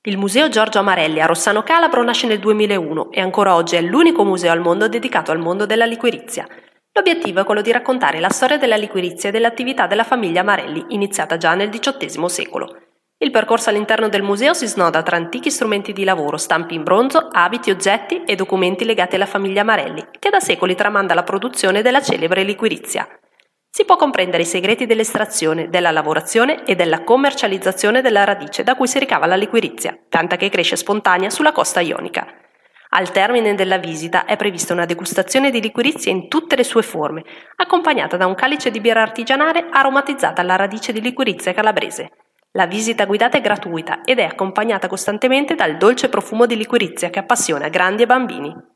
Il Museo Giorgio Amarelli a Rossano Calabro nasce nel 2001 e ancora oggi è l'unico museo al mondo dedicato al mondo della liquirizia. L'obiettivo è quello di raccontare la storia della liquirizia e dell'attività della famiglia Amarelli, iniziata già nel XVIII secolo. Il percorso all'interno del museo si snoda tra antichi strumenti di lavoro, stampi in bronzo, abiti, oggetti e documenti legati alla famiglia Amarelli, che da secoli tramanda la produzione della celebre liquirizia. Si può comprendere i segreti dell'estrazione, della lavorazione e della commercializzazione della radice da cui si ricava la liquirizia, pianta che cresce spontanea sulla costa ionica. Al termine della visita è prevista una degustazione di liquirizia in tutte le sue forme, accompagnata da un calice di birra artigianale aromatizzata alla radice di liquirizia calabrese. La visita guidata è gratuita ed è accompagnata costantemente dal dolce profumo di liquirizia che appassiona grandi e bambini.